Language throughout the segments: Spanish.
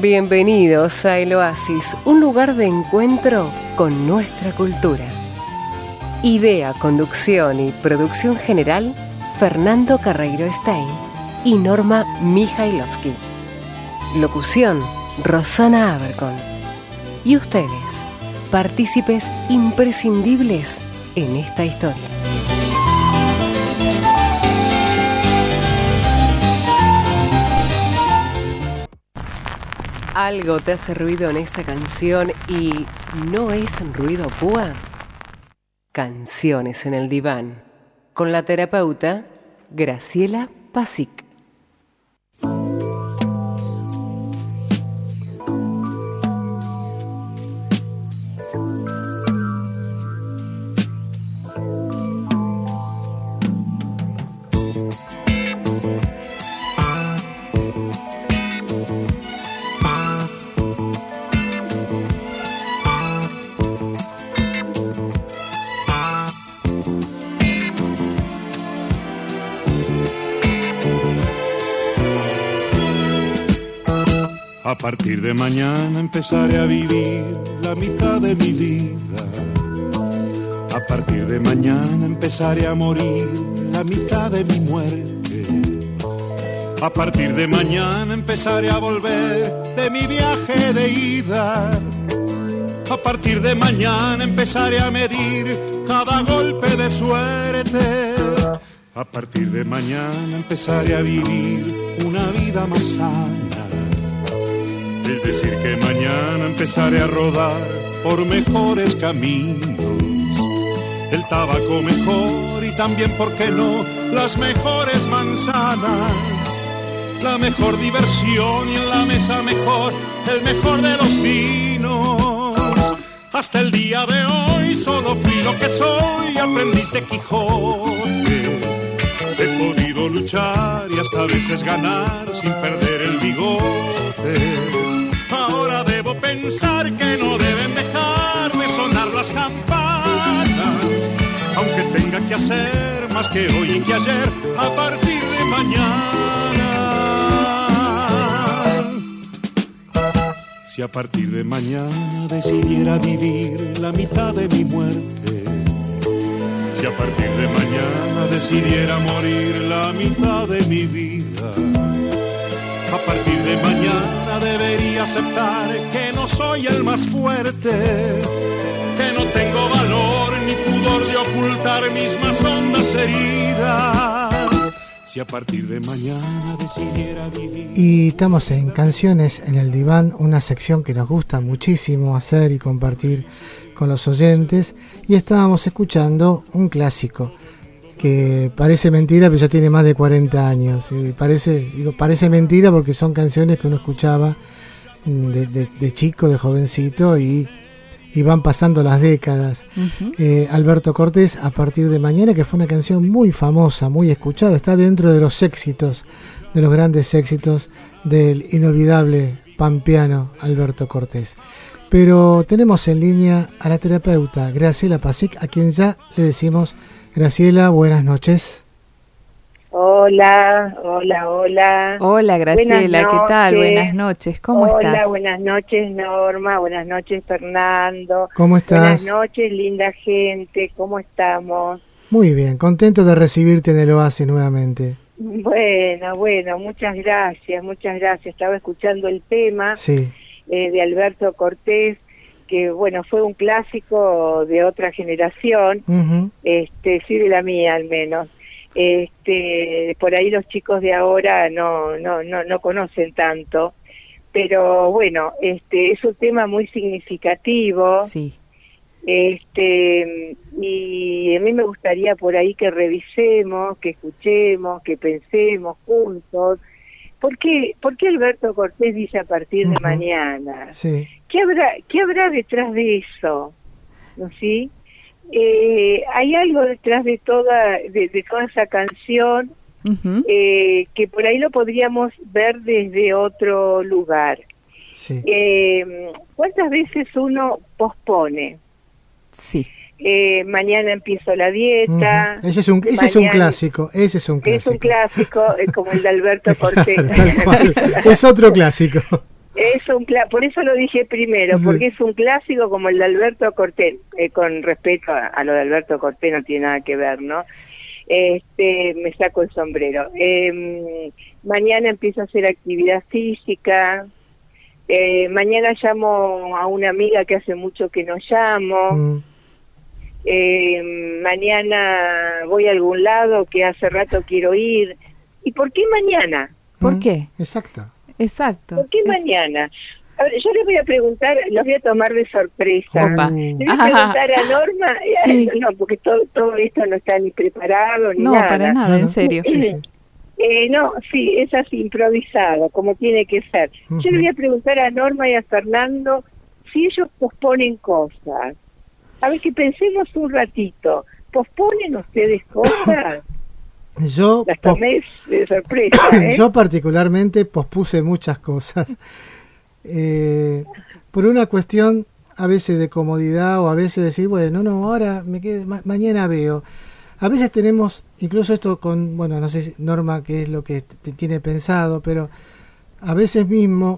Bienvenidos a El Oasis, un lugar de encuentro con nuestra cultura. Idea, conducción y producción general, Fernando Carreiro Stein y Norma Mijailovsky. Locución, Rosana Abercon. Y ustedes, partícipes imprescindibles en esta historia. ¿Algo te hace ruido en esa canción y no es ruido púa? Canciones en el diván, con la terapeuta Graciela Pasic. A partir de mañana empezaré a vivir la mitad de mi vida. A partir de mañana empezaré a morir la mitad de mi muerte. A partir de mañana empezaré a volver de mi viaje de ida. A partir de mañana empezaré a medir cada golpe de suerte. A partir de mañana empezaré a vivir una vida más sana. Es decir que mañana empezaré a rodar por mejores caminos, el tabaco mejor y también, ¿por qué no?, las mejores manzanas, la mejor diversión y en la mesa mejor, el mejor de los vinos. Hasta el día de hoy solo fui lo que soy, aprendiz de Quijote. He podido luchar y hasta a veces ganar sin perder el bigote. Ahora debo pensar que no deben dejar de sonar las campanas, aunque tenga que hacer más que hoy y que ayer, a partir de mañana. Si a partir de mañana decidiera vivir la mitad de mi muerte, si a partir de mañana decidiera morir la mitad de mi vida, a partir de mañana debería aceptar que no soy el más fuerte, que no tengo valor ni pudor de ocultar mis más hondas heridas. Si a partir de mañana decidiera vivir... Y estamos en Canciones en el Diván, una sección que nos gusta muchísimo hacer y compartir con los oyentes, y estábamos escuchando un clásico que parece mentira, pero ya tiene más de 40 años. Parece mentira porque son canciones que uno escuchaba de chico, de jovencito, y van pasando las décadas. Uh-huh. Alberto Cortés, A partir de mañana, que fue una canción muy famosa, muy escuchada, está dentro de los éxitos, de los grandes éxitos del inolvidable pampeano Alberto Cortés. Pero tenemos en línea a la terapeuta Graciela Pasic, a quien ya le decimos: Graciela, buenas noches. Hola. Hola, Graciela, ¿qué tal? Buenas noches, ¿cómo estás? Hola, buenas noches, Norma, buenas noches, Fernando. ¿Cómo estás? Buenas noches, linda gente, ¿cómo estamos? Muy bien, contento de recibirte en el Oasis nuevamente. Bueno, muchas gracias. Estaba escuchando el tema de Alberto Cortés, que bueno, fue un clásico de otra generación, uh-huh. Sí, de la mía al menos. Por ahí los chicos de ahora no conocen tanto, pero bueno, es un tema muy significativo. Sí. Y a mí me gustaría por ahí que revisemos, que escuchemos, que pensemos juntos. ¿Por qué Alberto Cortés dice a partir de mañana? Sí. ¿Qué habrá detrás de eso? ¿No? ¿Sí? Hay algo detrás de toda esa canción, uh-huh. Que por ahí lo podríamos ver desde otro lugar. Sí. ¿Cuántas veces uno pospone? Sí. Mañana empiezo la dieta. Uh-huh. Ese es un clásico. Es un clásico como el de Alberto Cortés. Tal cual. Es otro clásico. Por eso lo dije primero, porque es un clásico como el de Alberto Cortés, con respeto a lo de Alberto Cortés no tiene nada que ver, ¿no? Me saco el sombrero. Mañana empiezo a hacer actividad física. Mañana llamo a una amiga que hace mucho que no llamo. Mañana voy a algún lado que hace rato quiero ir. ¿Y por qué mañana? ¿Por qué? Exacto. ¿Por qué mañana? A ver, yo les voy a preguntar, los voy a tomar de sorpresa. Opa. Les voy a preguntar a Norma, Sí. No, porque todo esto no está ni preparado ni No, nada. para nada, en serio. No, sí, es así, improvisado, como tiene que ser. Yo le voy a preguntar a Norma y a Fernando si ellos posponen cosas. A ver, que pensemos un ratito. ¿Posponen ustedes cosas? Yo Las tomé de sorpresa, ¿eh? Yo particularmente pospuse muchas cosas. Por una cuestión a veces de comodidad o a veces decir, bueno, no, ahora me quedo, mañana veo. A veces tenemos, incluso esto con, bueno, no sé si Norma qué es lo que tiene pensado, pero a veces mismo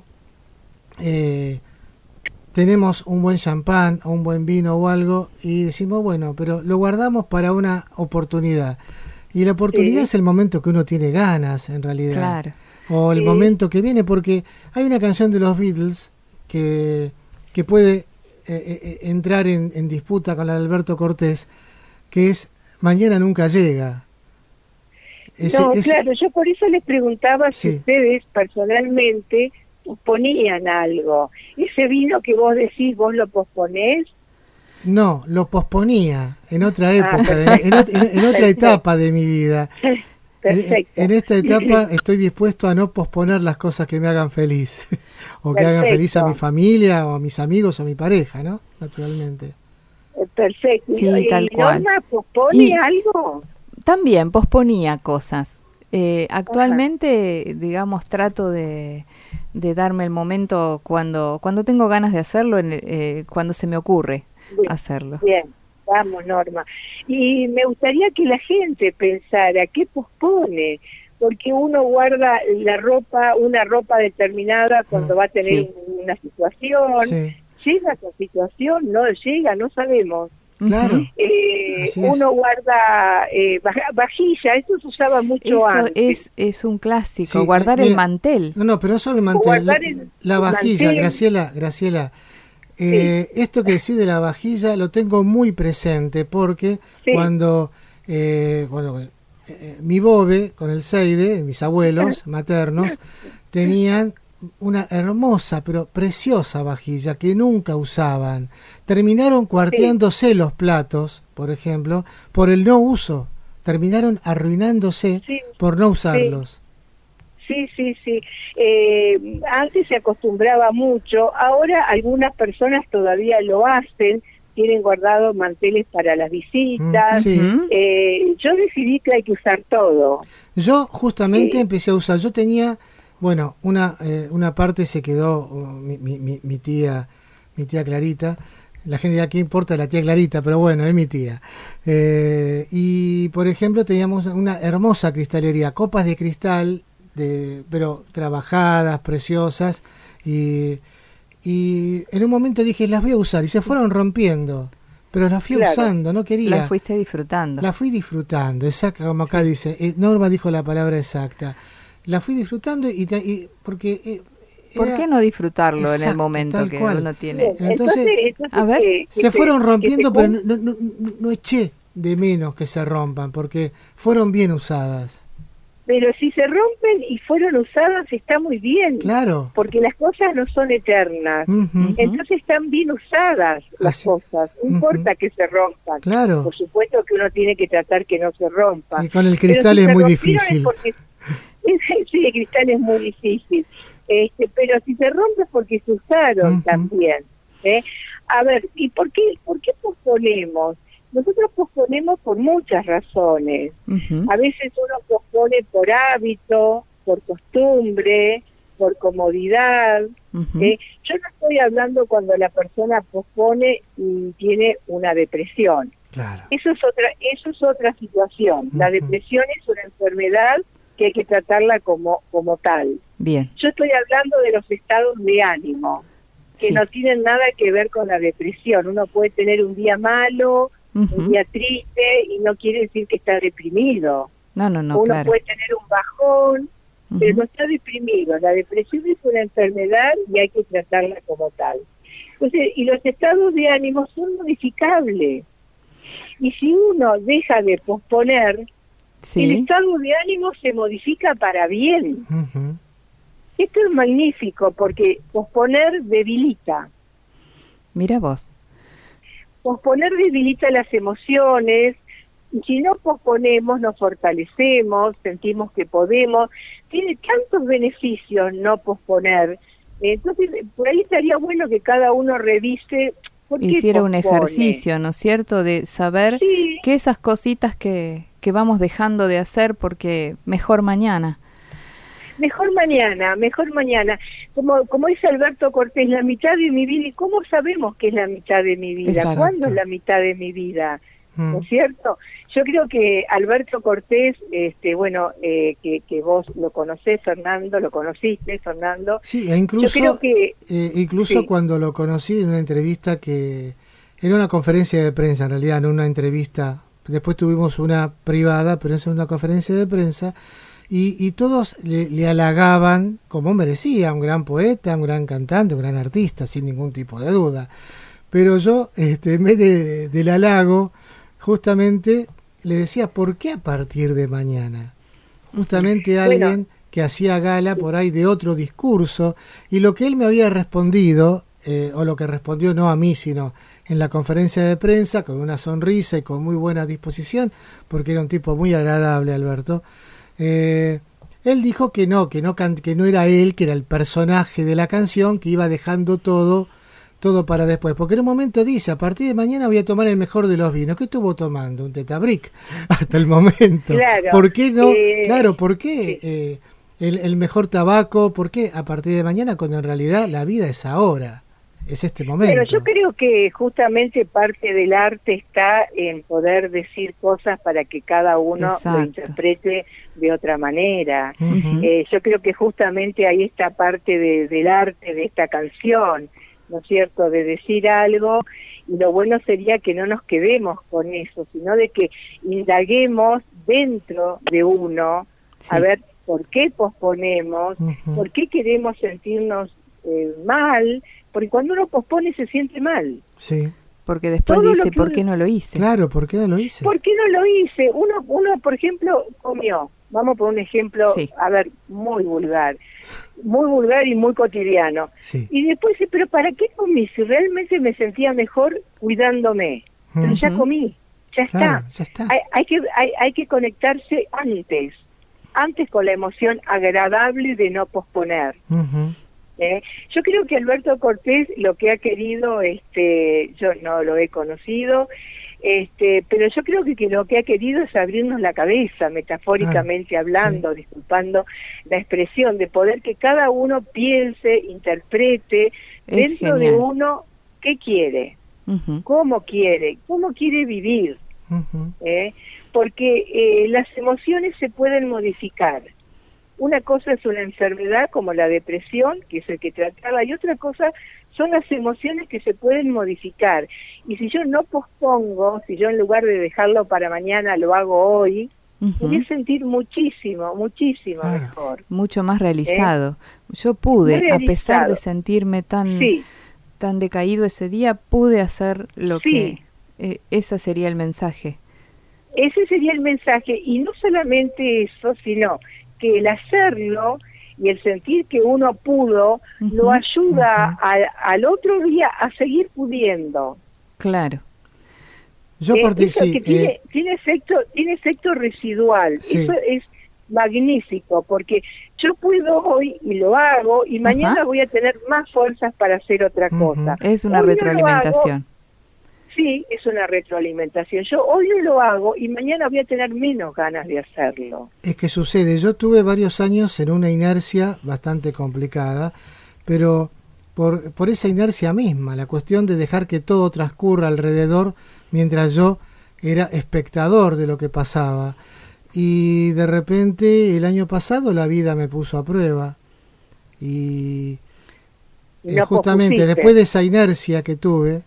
tenemos un buen champán o un buen vino o algo y decimos, bueno, pero lo guardamos para una oportunidad. Y la oportunidad es el momento que uno tiene ganas, en realidad. Claro. O el momento que viene, porque hay una canción de los Beatles que puede entrar en disputa con la de Alberto Cortés, que es Mañana nunca llega. Claro, yo por eso les preguntaba si ustedes personalmente posponían algo. Ese vino que vos decís, ¿vos lo posponés? No, lo posponía en otra época, en otra etapa de mi vida. Perfecto. En esta etapa estoy dispuesto a no posponer las cosas que me hagan feliz o que hagan feliz a mi familia o a mis amigos o a mi pareja, ¿no? Naturalmente. Perfecto. Sí, tal cual. ¿Norma pospone algo? También posponía cosas. Actualmente, digamos, trato de darme el momento cuando tengo ganas de hacerlo, cuando se me ocurre hacerlo. Bien, vamos, Norma. Y me gustaría que la gente pensara, ¿qué pospone? Porque uno guarda una ropa determinada cuando va a tener una situación. ¿Llega esa situación? No llega, no sabemos. Claro. Uno guarda vajilla, eso se usaba mucho antes. Es un clásico, guardar el mantel. No, pero no solo el mantel, la vajilla, mantel. Graciela. Esto que decís de la vajilla lo tengo muy presente porque cuando mi bobe con el Seide, mis abuelos maternos, tenían una hermosa pero preciosa vajilla que nunca usaban. Terminaron cuarteándose los platos, por ejemplo, por el no uso. Terminaron arruinándose por no usarlos. Sí. Antes se acostumbraba mucho, ahora algunas personas todavía lo hacen, tienen guardados manteles para las visitas. Yo decidí que hay que usar todo. Yo justamente empecé a usar, yo tenía, bueno, una parte se quedó mi tía Clarita. La gente de aquí importa la tía Clarita, pero bueno, es mi tía. Y por ejemplo teníamos una hermosa cristalería, copas de cristal, pero trabajadas, preciosas, y en un momento dije, las voy a usar, y se fueron rompiendo, pero las fui usando, no quería. Las fuiste disfrutando. La fui disfrutando, exacto, como acá dice, Norma dijo la palabra exacta. La fui disfrutando porque... ¿Por qué no disfrutarlo en el momento que uno tiene? Entonces a ver, se fueron rompiendo, pero no eché de menos que se rompan, porque fueron bien usadas. Pero si se rompen y fueron usadas, está muy bien. Claro. Porque las cosas no son eternas. Entonces están bien usadas las cosas. No importa que se rompan. Claro. Por supuesto que uno tiene que tratar que no se rompa. Y con el cristal es muy difícil. Sí, el cristal es muy difícil. Pero si se rompe es porque se usaron también. A ver, ¿y por qué posponemos? Nosotros posponemos por muchas razones. A veces uno pospone por hábito, por costumbre, por comodidad. Yo no estoy hablando cuando la persona pospone y tiene una depresión. Claro. Eso es otra situación. La depresión es una enfermedad que hay que tratarla como tal. Bien. Yo estoy hablando de los estados de ánimo, que no tienen nada que ver con la depresión. Uno puede tener un día malo, un día triste, y no quiere decir que está deprimido. No, uno puede tener un bajón, pero no está deprimido. La depresión es una enfermedad y hay que tratarla como tal. Entonces, y los estados de ánimo son modificables. Y si uno deja de posponer, el estado de ánimo se modifica para bien. Esto es magnífico porque posponer debilita. Mira vos. Posponer debilita las emociones, y si no posponemos nos fortalecemos, sentimos que podemos. Tiene tantos beneficios no posponer. Entonces, por ahí estaría bueno que cada uno revise por qué hiciera pospone. Un ejercicio, ¿no es cierto?, de saber que esas cositas que vamos dejando de hacer porque mejor mañana. Mejor mañana. Como dice Alberto Cortés, la mitad de mi vida. ¿Y cómo sabemos que es la mitad de mi vida? Exacto. ¿Cuándo es la mitad de mi vida? ¿No es cierto? Yo creo que Alberto Cortés, que vos lo conocés, Fernando, lo conociste, Fernando. Sí, e incluso, yo creo que, cuando lo conocí en una entrevista era una conferencia de prensa, en realidad, no una entrevista. Después tuvimos una privada, pero es una conferencia de prensa. Y todos le halagaban como merecía, un gran poeta, un gran cantante, un gran artista, sin ningún tipo de duda. Pero yo, en vez del halago, justamente le decía, ¿por qué a partir de mañana? Justamente alguien que hacía gala por ahí de otro discurso, y lo que él me había respondido, o lo que respondió no a mí, sino en la conferencia de prensa, con una sonrisa y con muy buena disposición, porque era un tipo muy agradable, Alberto. Él dijo que no era él, que era el personaje de la canción, que iba dejando todo para después, porque en un momento dice, a partir de mañana voy a tomar el mejor de los vinos. ¿Qué estuvo tomando? Un Tetabric hasta el momento. Claro, ¿Por qué no? ¿Por qué el mejor tabaco? ¿Por qué a partir de mañana, cuando en realidad la vida es ahora? Es este momento. Pero yo creo que justamente parte del arte está en poder decir cosas para que cada uno lo interprete de otra manera. Yo creo que justamente ahí está parte del arte de esta canción, ¿no es cierto?, de decir algo, y lo bueno sería que no nos quedemos con eso, sino de que indaguemos dentro de uno, a ver por qué posponemos, por qué queremos sentirnos mal, porque cuando uno pospone se siente mal. Sí. Porque después dice, ¿por qué no lo hice? Claro, ¿por qué no lo hice? ¿Por qué no lo hice? Uno, por ejemplo, comió. Vamos por un ejemplo, a ver, muy vulgar y muy cotidiano. Sí. Y después dice, ¿pero para qué comí? Si realmente me sentía mejor cuidándome. Pero ya comí, ya está. Hay que conectarse antes con la emoción agradable de no posponer. Yo creo que Alberto Cortés lo que ha querido, yo no lo he conocido, pero yo creo que lo que ha querido es abrirnos la cabeza, metafóricamente hablando, disculpando la expresión, de poder que cada uno piense, interprete dentro de uno qué quiere, cómo quiere vivir, porque las emociones se pueden modificar. Una cosa es una enfermedad como la depresión, que es el que trataba, y otra cosa son las emociones que se pueden modificar. Y si yo no pospongo, si yo en lugar de dejarlo para mañana lo hago hoy, voy a sentir muchísimo mejor. Mucho más realizado. Yo pude, a pesar de sentirme tan decaído ese día, pude hacer lo que... ese sería el mensaje. Ese sería el mensaje, y no solamente eso, sino que el hacerlo y el sentir que uno pudo lo ayuda al otro día a seguir pudiendo. Claro. Tiene efecto residual. Eso es magnífico, porque yo puedo hoy y lo hago, y mañana voy a tener más fuerzas para hacer otra cosa. Es una retroalimentación. Sí, es una retroalimentación. Yo hoy no lo hago y mañana voy a tener menos ganas de hacerlo. Es que sucede, yo tuve varios años en una inercia bastante complicada, pero por esa inercia misma, la cuestión de dejar que todo transcurra alrededor mientras yo era espectador de lo que pasaba. Y de repente el año pasado la vida me puso a prueba y justamente después de esa inercia que tuve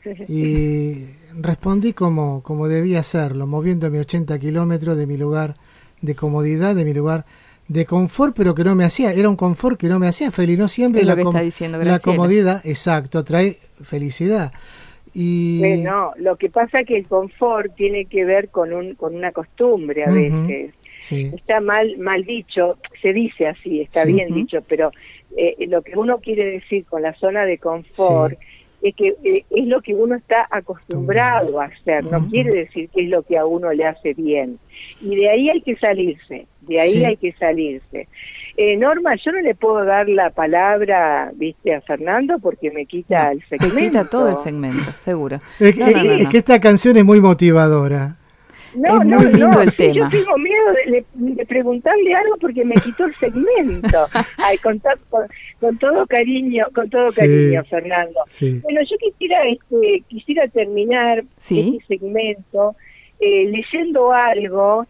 y respondí como debía hacerlo, moviéndome 80 kilómetros de mi lugar de comodidad, de mi lugar de confort, pero que no me hacía, era un confort que no me hacía feliz, no siempre la comodidad, exacto, trae felicidad. Y bueno, lo que pasa es que el confort tiene que ver con una costumbre a veces. Sí. Está mal dicho, se dice así, está bien dicho, pero lo que uno quiere decir con la zona de confort es que es lo que uno está acostumbrado a hacer, no quiere decir que es lo que a uno le hace bien. Y de ahí hay que salirse, hay que salirse. Norma, yo no le puedo dar la palabra, viste, a Fernando porque me quita el segmento. Me quita todo el segmento, seguro. Es que esta canción es muy motivadora. Es muy lindo el tema. Yo tengo miedo de preguntarle algo porque me quitó el segmento. Ay, con todo cariño, Fernando. Sí. Bueno, yo quisiera terminar este segmento leyendo algo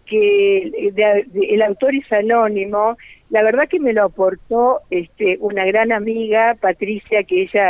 que el autor es anónimo. La verdad que me lo aportó una gran amiga, Patricia, que ella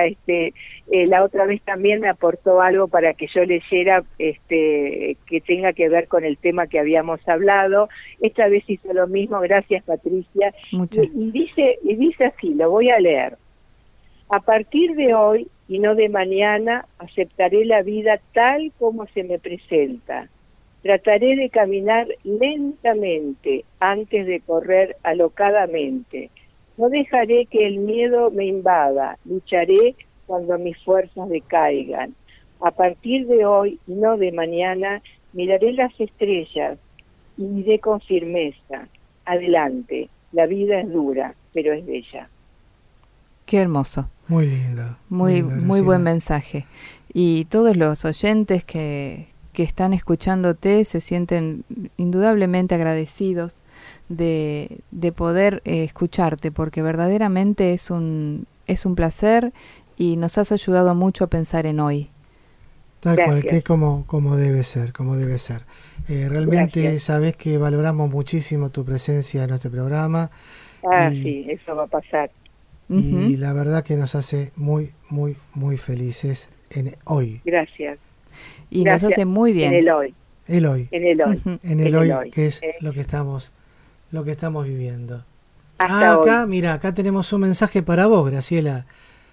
la otra vez también me aportó algo para que yo leyera que tenga que ver con el tema que habíamos hablado. Esta vez hizo lo mismo, gracias Patricia. Y dice así, lo voy a leer. A partir de hoy y no de mañana aceptaré la vida tal como se me presenta. Trataré de caminar lentamente antes de correr alocadamente. No dejaré que el miedo me invada. Lucharé cuando mis fuerzas decaigan. A partir de hoy y no de mañana, miraré las estrellas y iré con firmeza. Adelante. La vida es dura, pero es bella. Qué hermoso. Muy lindo. Muy buen mensaje. Y todos los oyentes que están escuchándote se sienten indudablemente agradecidos de poder escucharte, porque verdaderamente es un placer y nos has ayudado mucho a pensar en hoy. Tal cual, que es como debe ser, realmente gracias. Sabes que valoramos muchísimo tu presencia en nuestro programa. Sí, eso va a pasar. Y la verdad que nos hace muy, muy, muy felices en hoy. Gracias. Y gracias. Nos hace muy bien. En el hoy. En el hoy, que es lo que estamos viviendo. Hasta hoy. Mira, acá tenemos un mensaje para vos, Graciela.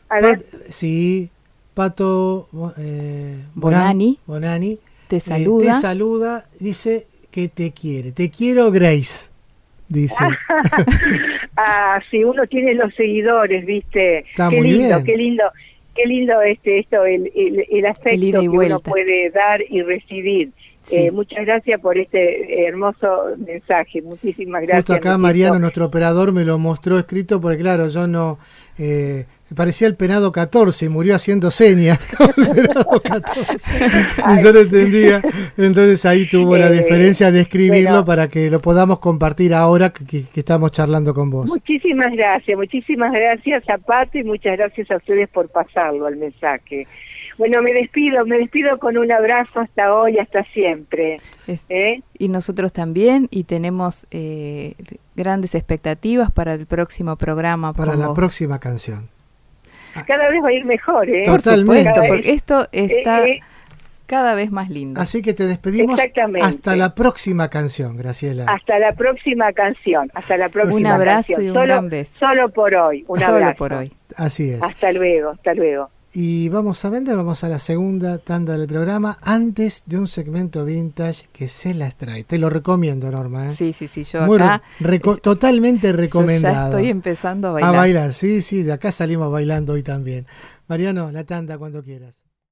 Pato Bonani te saluda, dice que te quiere. Te quiero, Grace, dice. Si uno tiene los seguidores, ¿viste? Está muy bien. Qué lindo esto, el afecto que uno puede dar y recibir. Sí. Muchas gracias por este hermoso mensaje. Muchísimas gracias. Justo acá Mariano, nuestro operador, me lo mostró escrito porque claro, yo no... parecía el penado 14 y murió haciendo señas el penado 14 y yo no entendía, entonces ahí tuvo la diferencia de escribirlo para que lo podamos compartir ahora que estamos charlando con vos. Muchísimas gracias a Pato y muchas gracias a ustedes por pasarlo al mensaje. Bueno, me despido con un abrazo hasta hoy, hasta siempre. Y nosotros también, y tenemos grandes expectativas para el próximo programa. Para la próxima canción. Cada vez va a ir mejor, Totalmente. Por supuesto, porque esto está cada vez más lindo. Así que te despedimos hasta la próxima canción, Graciela. Hasta la próxima canción, Un abrazo y un gran beso. Solo por hoy, un abrazo. Solo por hoy. Así es. Hasta luego. Y vamos a la segunda tanda del programa antes de un segmento vintage que se las trae. Te lo recomiendo, Norma. Sí, yo acá... totalmente recomendado. Yo ya estoy empezando a bailar. Sí, de acá salimos bailando hoy también. Mariano, la tanda cuando quieras.